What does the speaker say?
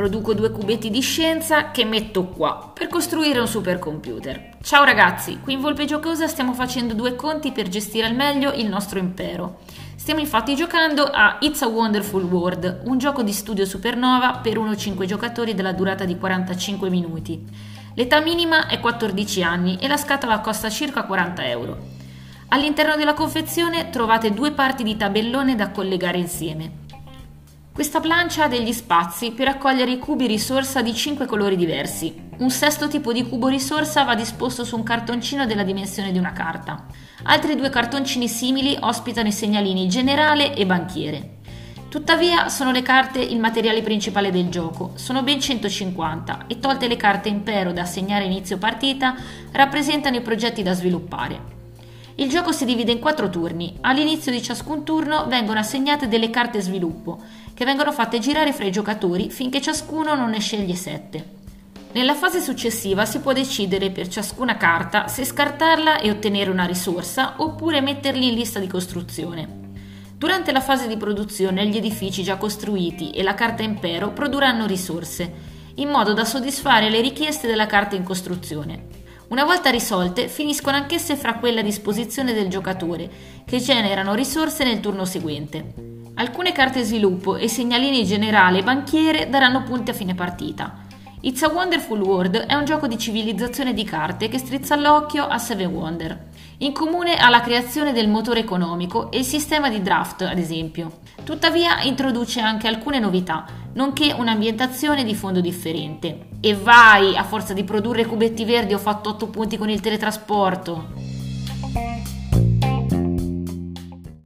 produco 2 cubetti di scienza che metto qua per costruire un supercomputer. Ciao ragazzi, qui in Volpe Giocosa stiamo facendo 2 conti per gestire al meglio il nostro impero. Stiamo infatti giocando a It's a Wonderful World, un gioco di studio supernova per 1-5 giocatori della durata di 45 minuti. L'età minima è 14 anni e la scatola costa circa 40 euro. All'interno della confezione trovate 2 parti di tabellone da collegare insieme. Questa plancia ha degli spazi per raccogliere i cubi risorsa di 5 colori diversi. Un sesto tipo di cubo risorsa va disposto su un cartoncino della dimensione di una carta. Altri 2 cartoncini simili ospitano i segnalini generale e banchiere. Tuttavia sono le carte il materiale principale del gioco, sono ben 150 e tolte le carte impero da assegnare a inizio partita rappresentano i progetti da sviluppare. Il gioco si divide in 4 turni. All'inizio di ciascun turno vengono assegnate delle carte sviluppo, che vengono fatte girare fra i giocatori finché ciascuno non ne sceglie 7. Nella fase successiva si può decidere per ciascuna carta se scartarla e ottenere una risorsa oppure metterli in lista di costruzione. Durante la fase di produzione gli edifici già costruiti e la carta impero produrranno risorse, in modo da soddisfare le richieste della carta in costruzione. Una volta risolte, finiscono anch'esse fra quelle a disposizione del giocatore, che generano risorse nel turno seguente. Alcune carte sviluppo e segnalini generale e banchiere daranno punti a fine partita. It's a Wonderful World è un gioco di civilizzazione di carte che strizza l'occhio a Seven Wonder. In comune ha la creazione del motore economico e il sistema di draft, ad esempio. Tuttavia introduce anche alcune novità, nonché un'ambientazione di fondo differente. E vai, a forza di produrre cubetti verdi ho fatto 8 punti con il teletrasporto!